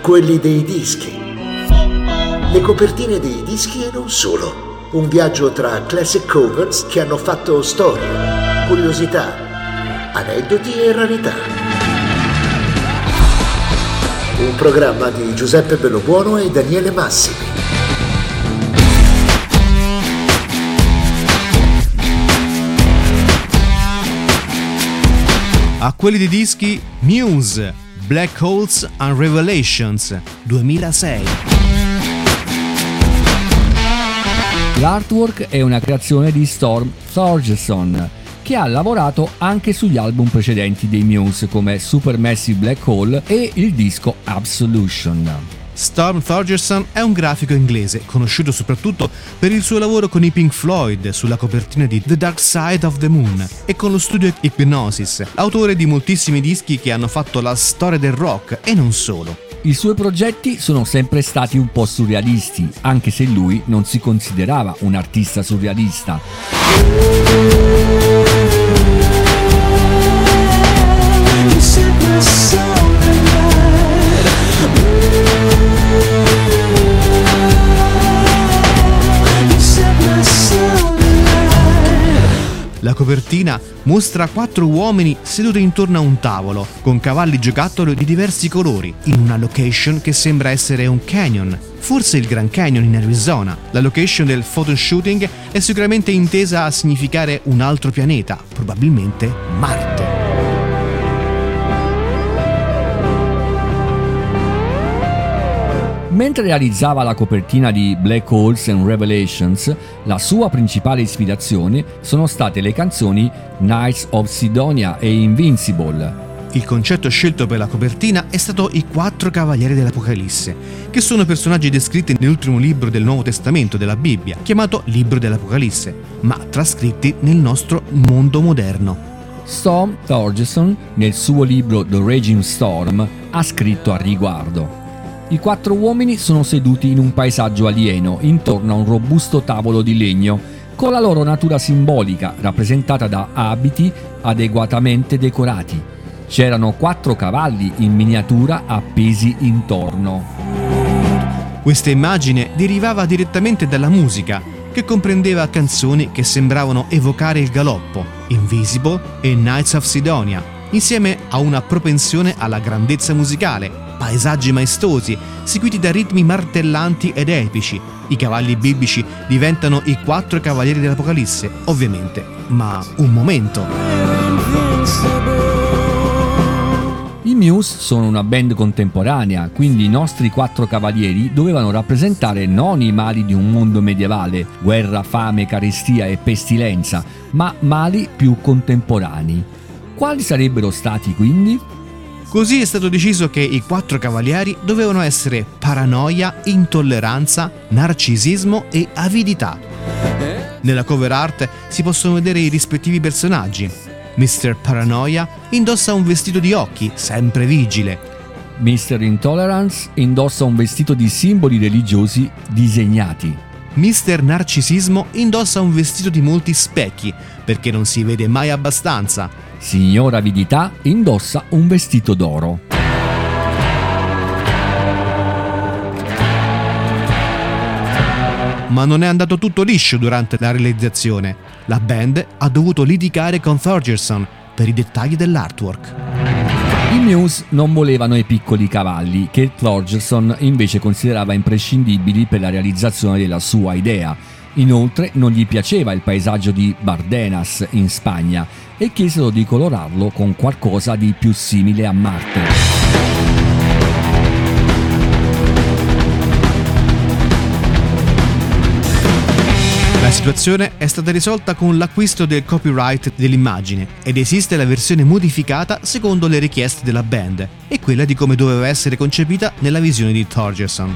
quelli dei dischi. Le copertine dei dischi e non solo. Un viaggio tra classic covers che hanno fatto storia, curiosità, aneddoti e rarità. Un programma di Giuseppe Bellobuono e Daniele Massimi. A quelli dei dischi Muse, Black Holes and Revelations, 2006. L'artwork è una creazione di Storm Thorgerson, che ha lavorato anche sugli album precedenti dei Muse come Supermassive Black Hole e il disco Absolution. Storm Thorgerson è un grafico inglese, conosciuto soprattutto per il suo lavoro con i Pink Floyd sulla copertina di The Dark Side of the Moon e con lo studio Hypnosis, autore di moltissimi dischi che hanno fatto la storia del rock e non solo. I suoi progetti sono sempre stati un po' surrealisti, anche se lui non si considerava un artista surrealista. La copertina mostra 4 uomini seduti intorno a un tavolo, con cavalli giocattolo di diversi colori, in una location che sembra essere un canyon, forse il Grand Canyon in Arizona. La location del photoshooting è sicuramente intesa a significare un altro pianeta, probabilmente Marte. Mentre realizzava la copertina di Black Holes and Revelations, la sua principale ispirazione sono state le canzoni Knights of Sidonia e Invincible. Il concetto scelto per la copertina è stato i 4 cavalieri dell'Apocalisse, che sono personaggi descritti nell'ultimo libro del Nuovo Testamento della Bibbia, chiamato Libro dell'Apocalisse, ma trascritti nel nostro mondo moderno. Storm Thorgerson, nel suo libro The Raging Storm, ha scritto al riguardo: i 4 uomini sono seduti in un paesaggio alieno intorno a un robusto tavolo di legno, con la loro natura simbolica rappresentata da abiti adeguatamente decorati. C'erano 4 cavalli in miniatura appesi intorno. Questa immagine derivava direttamente dalla musica, che comprendeva canzoni che sembravano evocare il galoppo, Invisible e Knights of Sidonia, insieme a una propensione alla grandezza musicale, paesaggi maestosi, seguiti da ritmi martellanti ed epici. I cavalli biblici diventano i 4 cavalieri dell'Apocalisse, ovviamente, ma un momento. I Muse sono una band contemporanea, quindi i nostri 4 cavalieri dovevano rappresentare non i mali di un mondo medievale, guerra, fame, carestia e pestilenza, ma mali più contemporanei. Quali sarebbero stati quindi? Così è stato deciso che i 4 cavalieri dovevano essere paranoia, intolleranza, narcisismo e avidità. Nella cover art si possono vedere i rispettivi personaggi. Mr. Paranoia indossa un vestito di occhi, sempre vigile. Mr. Intolerance indossa un vestito di simboli religiosi disegnati. Mr. Narcisismo indossa un vestito di molti specchi, perché non si vede mai abbastanza. Signora Avidità indossa un vestito d'oro. Ma non è andato tutto liscio durante la realizzazione. La band ha dovuto litigare con Thorgerson per i dettagli dell'artwork. I Muse non volevano i piccoli cavalli, che Thorgerson invece considerava imprescindibili per la realizzazione della sua idea. Inoltre non gli piaceva il paesaggio di Bardenas in Spagna e chiesero di colorarlo con qualcosa di più simile a Marte. La situazione è stata risolta con l'acquisto del copyright dell'immagine ed esiste la versione modificata secondo le richieste della band e quella di come doveva essere concepita nella visione di Thorgerson.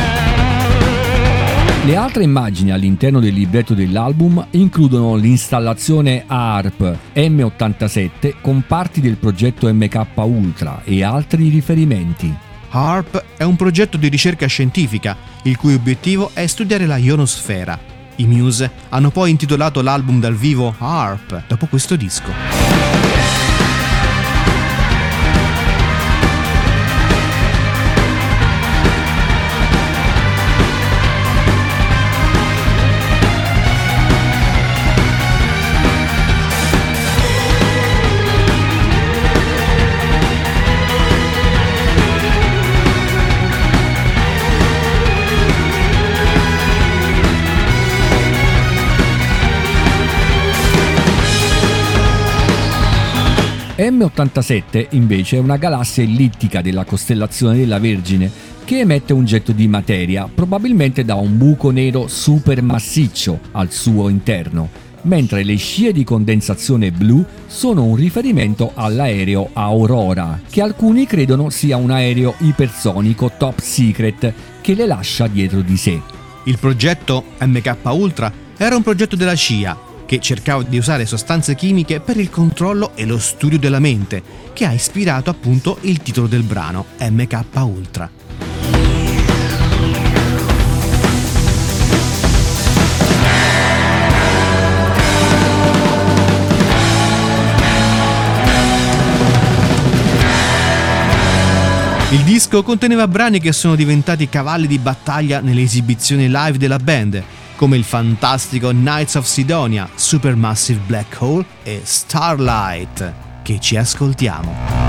Le altre immagini all'interno del libretto dell'album includono l'installazione ARP M87 con parti del progetto MK Ultra e altri riferimenti. HARP è un progetto di ricerca scientifica, il cui obiettivo è studiare la ionosfera. I Muse hanno poi intitolato l'album dal vivo HARP dopo questo disco. M87 invece è una galassia ellittica della costellazione della Vergine che emette un getto di materia probabilmente da un buco nero supermassiccio al suo interno, mentre le scie di condensazione blu sono un riferimento all'aereo Aurora, che alcuni credono sia un aereo ipersonico top secret che le lascia dietro di sé. Il progetto MK Ultra era un progetto della CIA che cercava di usare sostanze chimiche per il controllo e lo studio della mente, che ha ispirato appunto il titolo del brano, MK Ultra. Il disco conteneva brani che sono diventati cavalli di battaglia nelle esibizioni live della band, come il fantastico Knights of Sidonia, Supermassive Black Hole e Starlight, che ci ascoltiamo.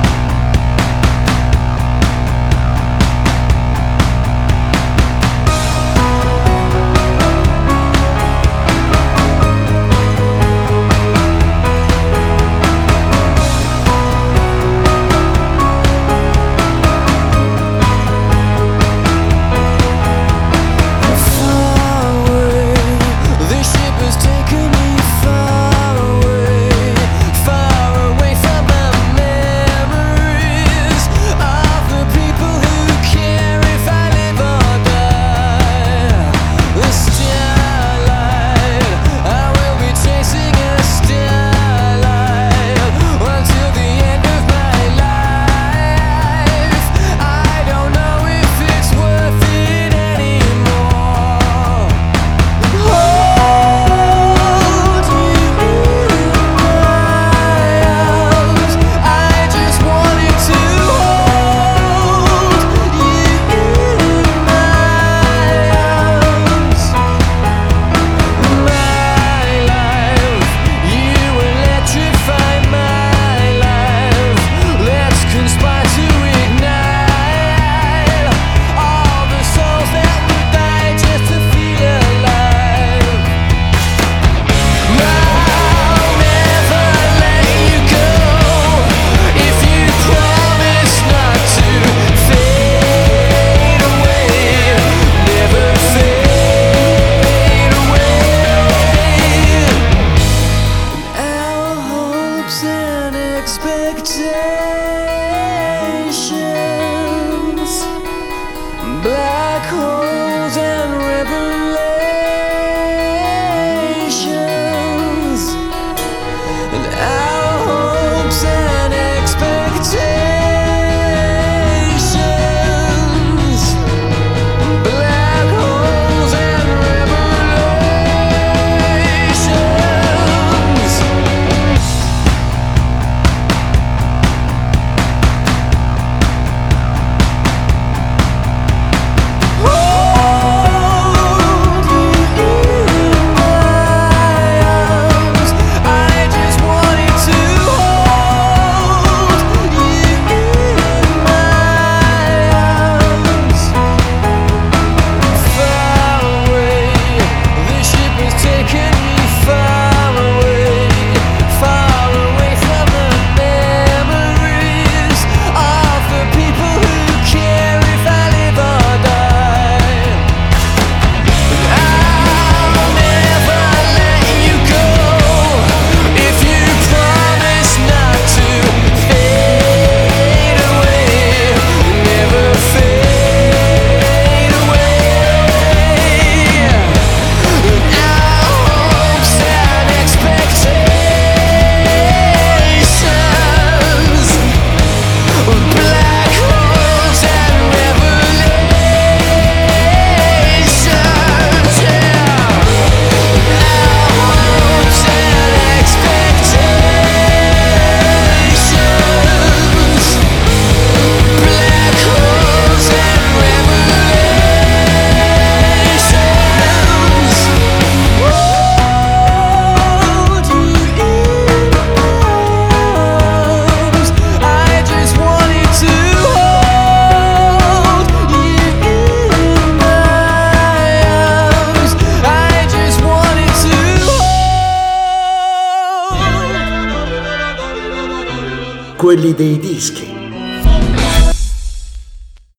quelli dei dischi.